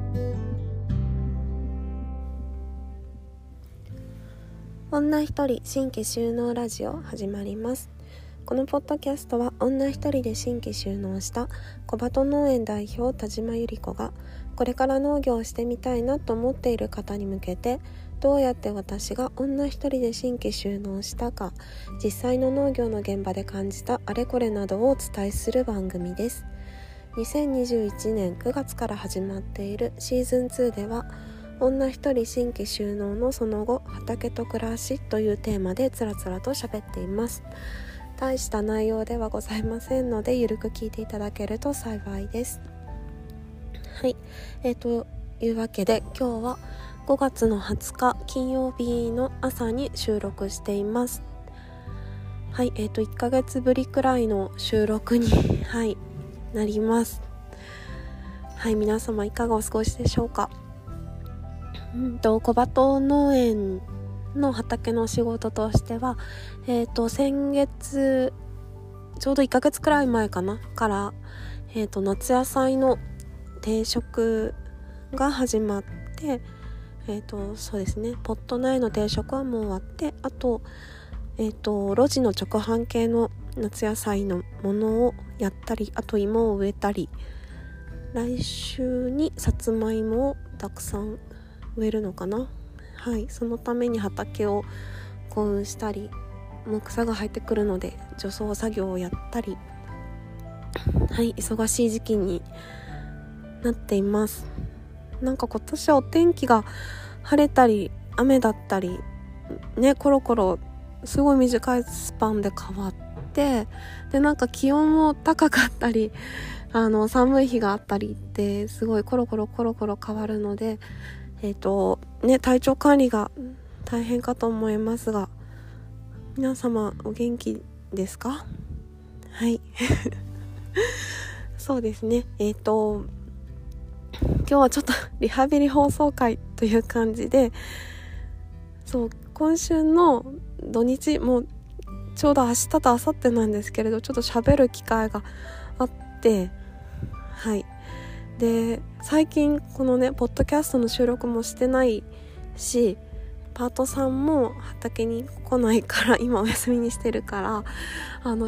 女一人新規収納ラジオ始まります。このポッドキャストは女一人で新規収納した小鳩農園代表田島由里子がこれから農業をしてみたいなと思っている方に向けて、どうやって私が女一人で新規収納したか、実際の農業の現場で感じたあれこれなどをお伝えする番組です。2021年9月から始まっているシーズン2では、女一人新規収納のその後、畑と暮らしというテーマでつらつらと喋っています。大した内容ではございませんので、ゆるく聞いていただけると幸いです。はい、というわけで今日は5月の20日金曜日の朝に収録しています。はい、1ヶ月ぶりくらいの収録に、なります。はい、皆様いかがお過ごしでしょうか。小鳩農園の畑の仕事としては、先月ちょうど1ヶ月くらい前かなから、夏野菜の定食が始まって、そうですね、ポット苗の定食はもう終わって、あと、露地の直販系の夏野菜のものをやったり、あと芋を植えたり、来週にさつまいもをたくさん植えるのかな。はい、そのために畑を耕運したり、もう草が生えてくるので除草作業をやったり、はい、忙しい時期になっています。なんか今年はお天気が晴れたり雨だったりね、コロコロすごい短いスパンで変わって、でなんか気温も高かったり寒い日があったりってすごいコロコロ変わるので、体調管理が大変かと思いますが、皆様お元気ですか？はい。そうですね。今日はちょっとリハビリ放送会という感じで、そう今週の土日もうちょうど明日と明後日なんですけれど、ちょっと喋る機会があって、はい。で最近このねポッドキャストの収録もしてないし、パートさんも畑に来ないから今お休みにしてるから、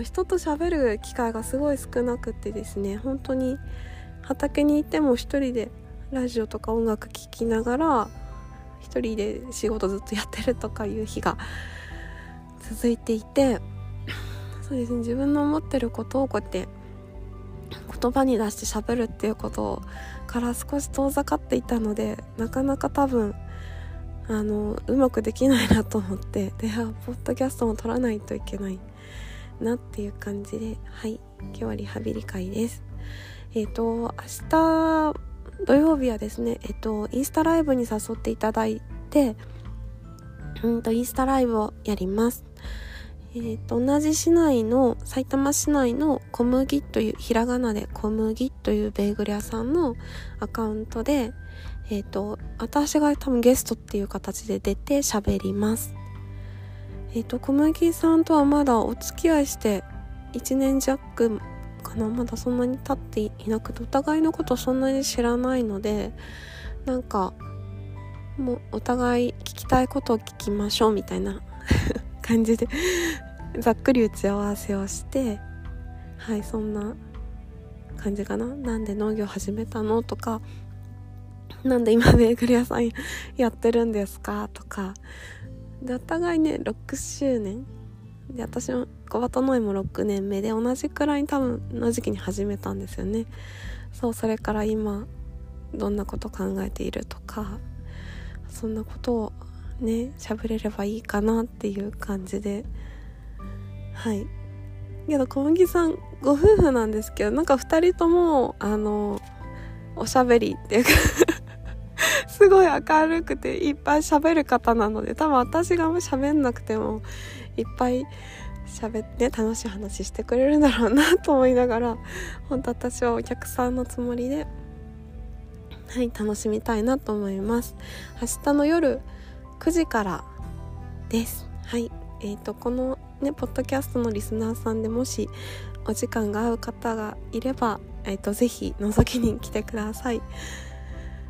人と喋る機会がすごい少なくてですね、本当に畑にいても一人でラジオとか音楽聴きながら一人で仕事ずっとやってるとかいう日が続いていて、そうですね、自分の思ってることをこうやって言葉に出して喋るっていうことから少し遠ざかっていたので、なかなか多分うまくできないなと思って、でポッドキャストも撮らないといけないなっていう感じで、はい、今日はリハビリ会です。明日土曜日はですね、インスタライブに誘っていただいて、インスタライブをやります。同じ市内の埼玉市内の小麦という、ひらがなで小麦というベーグル屋さんのアカウントで、私が多分ゲストっていう形で出て喋ります。小麦さんとはまだお付き合いして1年弱かな、まだそんなに経っていなくて、お互いのことそんなに知らないので、なんかもうお互い聞きたいことを聞きましょうみたいな感じでざっくり打ち合わせをして、はい、そんな感じかな。なんで農業始めたのとか、なんで今ベーグル屋さんやってるんですかとかで、お互いね6周年で、私も小鳩農園も6年目で、同じくらい多分の時期に始めたんですよね。そう、それから今どんなこと考えているとか、そんなことをね喋れればいいかなっていう感じで、はい。けど小麦さんご夫婦なんですけど、なんか2人ともおしゃべりっていうかすごい明るくていっぱい喋る方なので、多分私があんまり喋んなくてもいっぱい喋って楽しい話してくれるんだろうなと思いながら、本当私はお客さんのつもりで、はい、楽しみたいなと思います。明日の夜9時からです。はい、このねポッドキャストのリスナーさんでもしお時間が合う方がいれば、ぜひ覗きに来てください。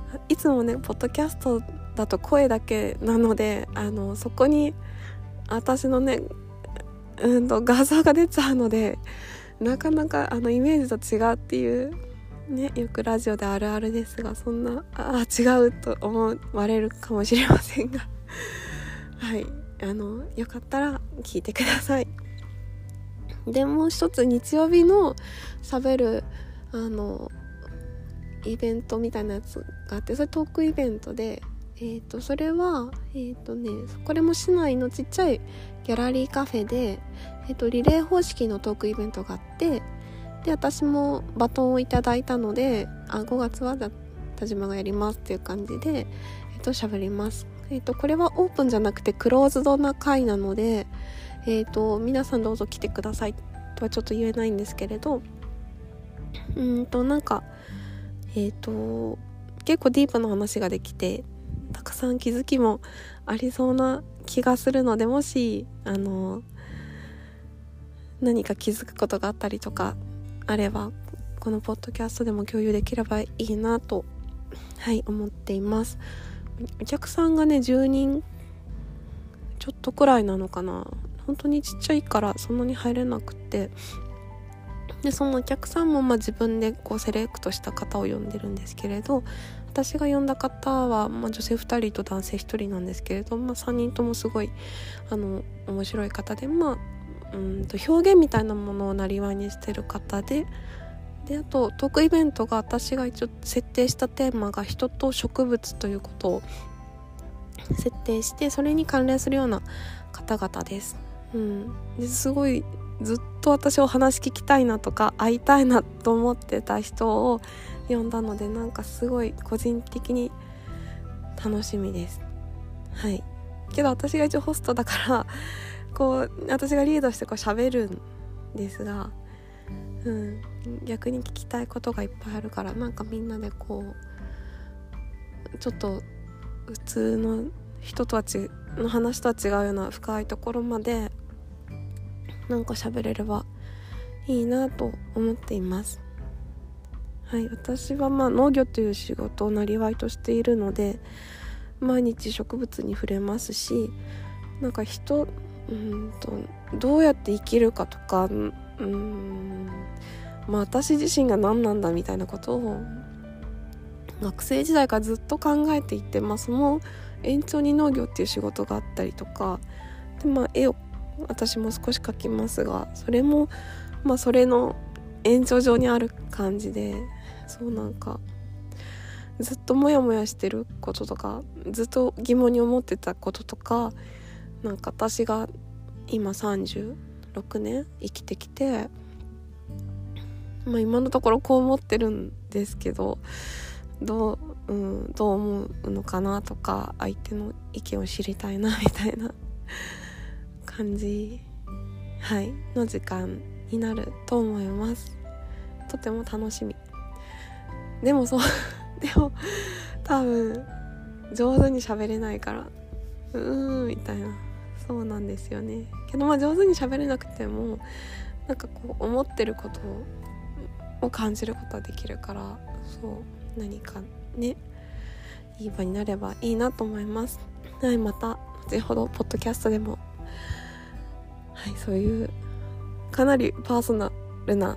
いつもねポッドキャストだと声だけなのでそこに私のね画像が出ちゃうので、なかなかイメージと違うっていうね、よくラジオであるあるですが、そんな違うと思われるかもしれませんがはいよかったら聞いてください。でもう一つ日曜日の喋るイベントみたいなやつがあって、それトークイベントでそれはこれも市内のちっちゃいギャラリーカフェでリレー方式のトークイベントがあって、で私もバトンをいただいたので5月は田島がやりますっていう感じで喋ります。これはオープンじゃなくてクローズドな会なので皆さんどうぞ来てくださいとはちょっと言えないんですけれど、なんか結構ディープな話ができて、たくさん気づきもありそうな気がするので、もし何か気づくことがあったりとかあれば、このポッドキャストでも共有できればいいなと思っています。お客さんがね10人ちょっとくらいなのかな、本当にちっちゃいからそんなに入れなくて、でそのお客さんも自分でセレクトした方を呼んでるんですけれど、私が呼んだ方は、女性2人と男性1人なんですけれど、3人ともすごい面白い方で、表現みたいなものをなりわいにしてる方で、あとトークイベントが私が一応設定したテーマが人と植物ということを設定して、それに関連するような方々です。ですごいずっと私お話聞きたいなとか会いたいなと思ってた人を呼んだので、なんかすごい個人的に楽しみです。けど私が一応ホストだから私がリードして喋るんですが、逆に聞きたいことがいっぱいあるから、なんかみんなでちょっと普通の人とはの話とは違うような深いところまでなんか喋れればいいなと思っています。私は農業という仕事をなりわいとしているので、毎日植物に触れますし、なんかどうやって生きるかとか私自身が何なんだみたいなことを学生時代からずっと考えていて、その延長に農業っていう仕事があったりとかで、絵を私も少し描きますが、それもそれの延長上にある感じで、なんかずっとモヤモヤしてることとか、ずっと疑問に思ってたこととか、なんか私が今36年生きてきて、今のところこう思ってるんですけど、どう思うのかなとか、相手の意見を知りたいなみたいな感じの時間になると思います。とても楽しみ。でも多分上手に喋れないからみたいな、そうなんですよね。けど上手に喋れなくてもなんか思ってることを感じることはできるから、何かねいい場になればいいなと思います。また後ほどポッドキャストでもそういうかなりパーソナルな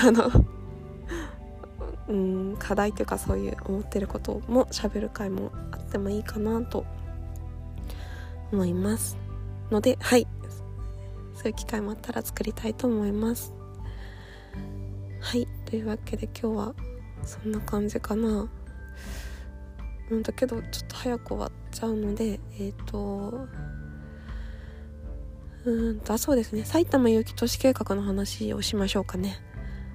課題というか、そういう思ってることも喋る回もあってもいいかなと思いますので、そういう機会もあったら作りたいと思います。というわけで今日はそんな感じかな。だけどちょっと早く終わっちゃうのでそうですね、埼玉有機都市計画の話をしましょうかね。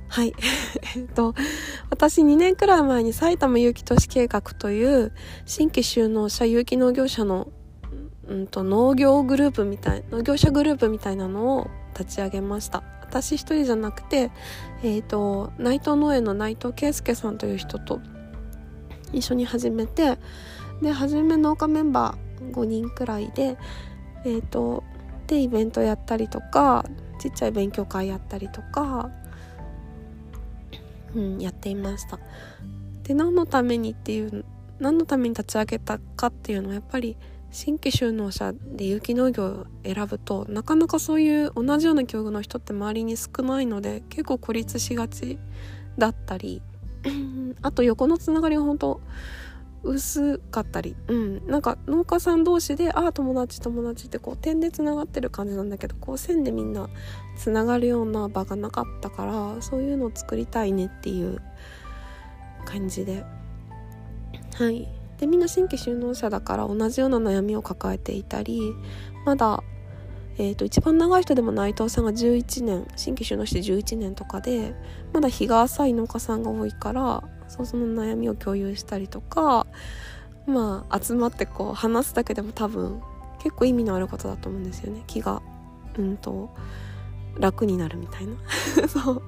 私2年くらい前に埼玉有機都市計画という新規就農者有機農業者の農業者グループみたいなのを立ち上げました。私一人じゃなくて、内藤農園の内藤圭介さんという人と一緒に始めて、で初め農家メンバー5人くらいでイベントやったりとか、ちっちゃい勉強会やったりとか、やっていました。で何のためにっていう何のために立ち上げたかっていうのはやっぱり新規就農者で有機農業を選ぶとなかなかそういう同じような境遇の人って周りに少ないので結構孤立しがちだったりあと横のつながりが本当薄かったり、なんか農家さん同士で友達ってこう点でつながってる感じなんだけどこう線でみんなつながるような場がなかったからそういうのを作りたいねっていう感じで、はいでみんな新規就農者だから同じような悩みを抱えていたりまだ、一番長い人でも内藤さんが11年新規就農して11年とかでまだ日が浅い農家さんが多いからその悩みを共有したりとか集まってこう話すだけでも多分結構意味のあることだと思うんですよね。気が楽になるみたいなそう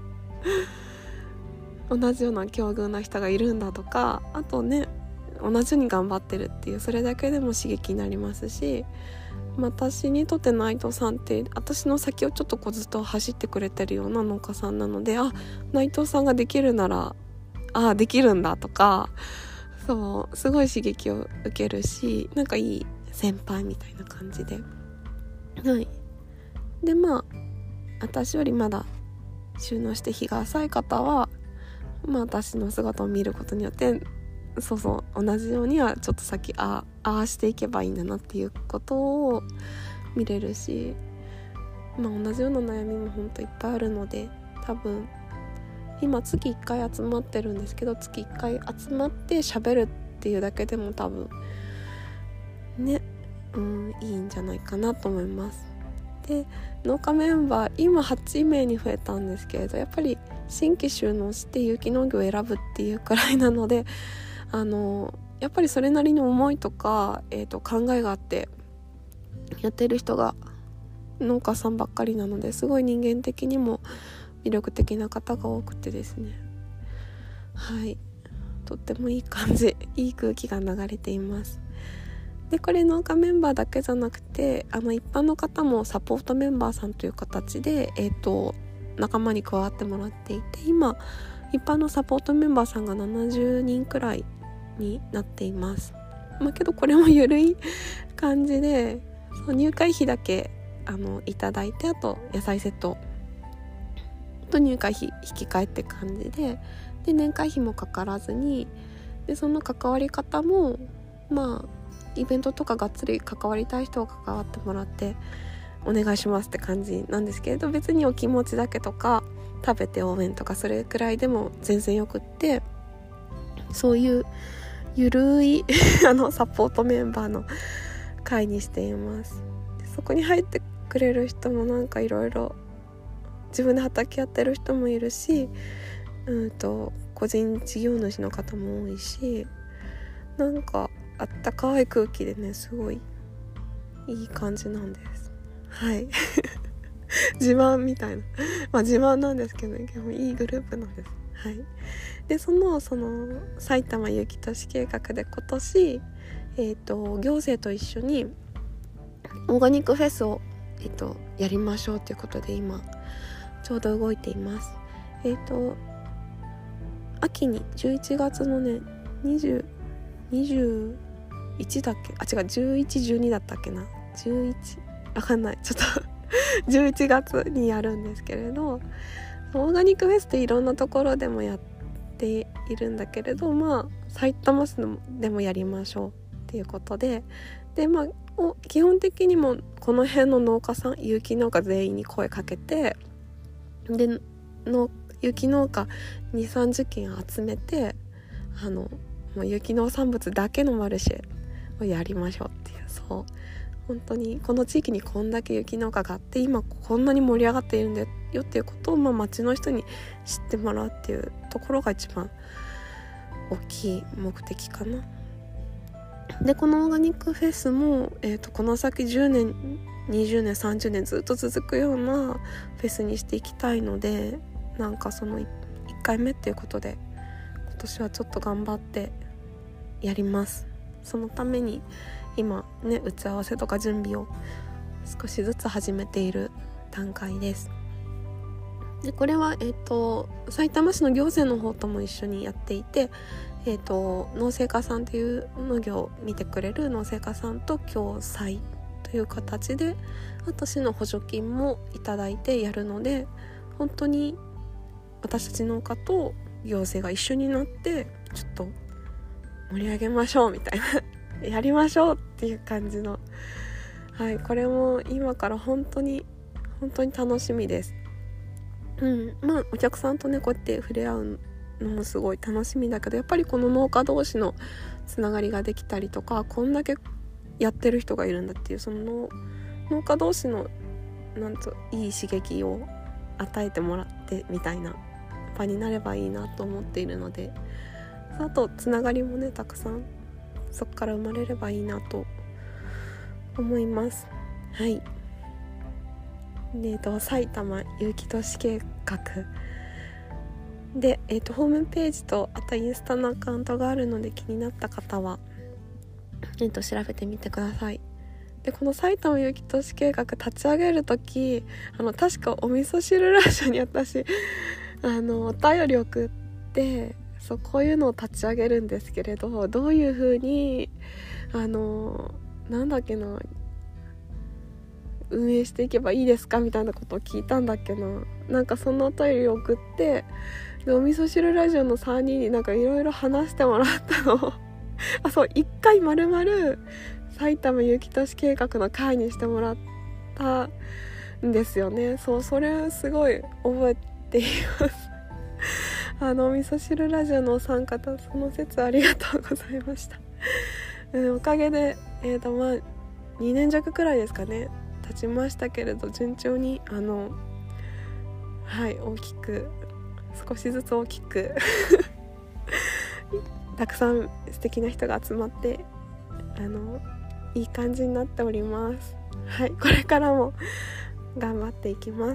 同じような境遇な人がいるんだとかあとね同じように頑張ってるっていうそれだけでも刺激になりますし私にとって内藤さんって私の先をちょっとこうずっと走ってくれてるような農家さんなので内藤さんができるならできるんだとかそうすごい刺激を受けるしなんかいい先輩みたいな感じではいで私よりまだ就農して日が浅い方は私の姿を見ることによって同じようにはちょっと先していけばいいんだなっていうことを見れるし同じような悩みもほんといっぱいあるので多分今月1回集まってるんですけど月1回集まって喋るっていうだけでも多分ねいいんじゃないかなと思います。で農家メンバー今8名に増えたんですけれどやっぱり新規就農して有機農業を選ぶっていうくらいなのでやっぱりそれなりの思いとか、考えがあってやってる人が農家さんばっかりなのですごい人間的にも魅力的な方が多くてですねはいとってもいい感じいい空気が流れています。でこれ農家メンバーだけじゃなくて一般の方もサポートメンバーさんという形で仲間に加わってもらっていて今一般のサポートメンバーさんが70人くらいになっています。けどこれも緩い感じで入会費だけいただいてあと野菜セットと入会費引き換えって感じで年会費もかからずにでその関わり方もイベントとかがっつり関わりたい人は関わってもらってお願いしますって感じなんですけれど別にお気持ちだけとか食べて応援とかそれくらいでも全然よくってそういうゆるいサポートメンバーの会にしています。でそこに入ってくれる人もなんかいろいろ自分で畑やってる人もいるし個人事業主の方も多いしなんかあったかい空気でねすごいいい感じなんです。はい自慢みたいな自慢なんですけどねでもいいグループなんです。はいでその埼玉有機都市計画で今年行政と一緒にオーガニックフェスをやりましょうということで今ちょうど動いています。秋に11月のね21だっけ11、12だったっけな11わかんないちょっと11月にやるんですけれどオーガニックフェスっていろんなところでもやっているんだけれど埼玉市でもやりましょうっていうことで基本的にもこの辺の農家さん有機農家全員に声かけてで有機農家 2,30 軒集めてもう有機農産物だけのマルシェをやりましょうっていう本当にこの地域にこんだけ有機農家があって今こんなに盛り上がっているんだよっていうことを町の人に知ってもらうっていうところが一番大きい目的かな。でこのオーガニックフェスも、この先10年20年30年ずっと続くようなフェスにしていきたいのでなんかその1回目っていうことで今年はちょっと頑張ってやります。そのために今ね打ち合わせとか準備を少しずつ始めている段階です。でこれは埼玉市の行政の方とも一緒にやっていて農政家さんっていう農業を見てくれる農政家さんと共催という形で、あと市の補助金もいただいてやるので、本当に私たち農家と行政が一緒になってちょっと盛り上げましょうみたいなやりましょうっていう感じの、はい、これも今から本当に楽しみです。まあお客さんとねこうやって触れ合うのもすごい楽しみだけど、やっぱりこの農家同士のつながりができたりとか、こんだけやってる人がいるんだっていう、その農家同士のいい刺激を与えてもらってみたいな場になればいいなと思っているので、あとつながりもねたくさんそこから生まれればいいなと思います。はい。埼玉有機都市計画で、ホームページとあとインスタのアカウントがあるので、気になった方は、調べてみてください。でこの埼玉有機都市計画立ち上げるとき、確かお味噌汁ラジオに私お便り送って、こういうのを立ち上げるんですけれど、どういう風に運営していけばいいですかみたいなことを聞いたんだっけな。なんかそのお便りを送って、でお味噌汁ラジオの3人になんかいろいろ話してもらったの1回丸々埼玉有機都市計画の会にしてもらったんですよね。それすごい覚えていますお味噌汁ラジオのお三方、その説ありがとうございましたおかげで2年弱くらいですかね経ちましたけれど、順調に少しずつ大きくたくさん素敵な人が集まっていい感じになっております。はい、これからも頑張っていきます。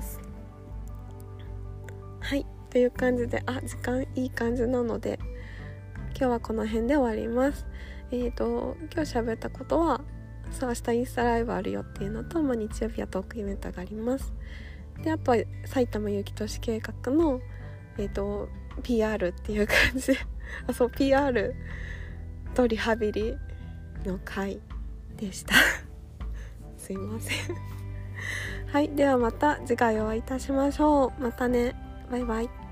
はい、という感じで時間いい感じなので今日はこの辺で終わります。今日喋ったことは、明日インスタライブあるよっていうのと、日曜日はトークイベントがあります。であとは埼玉有機都市計画のPR っていう感じでPR とリハビリの会でしたすいませんはい、ではまた次回お会いいたしましょう。またね、バイバイ。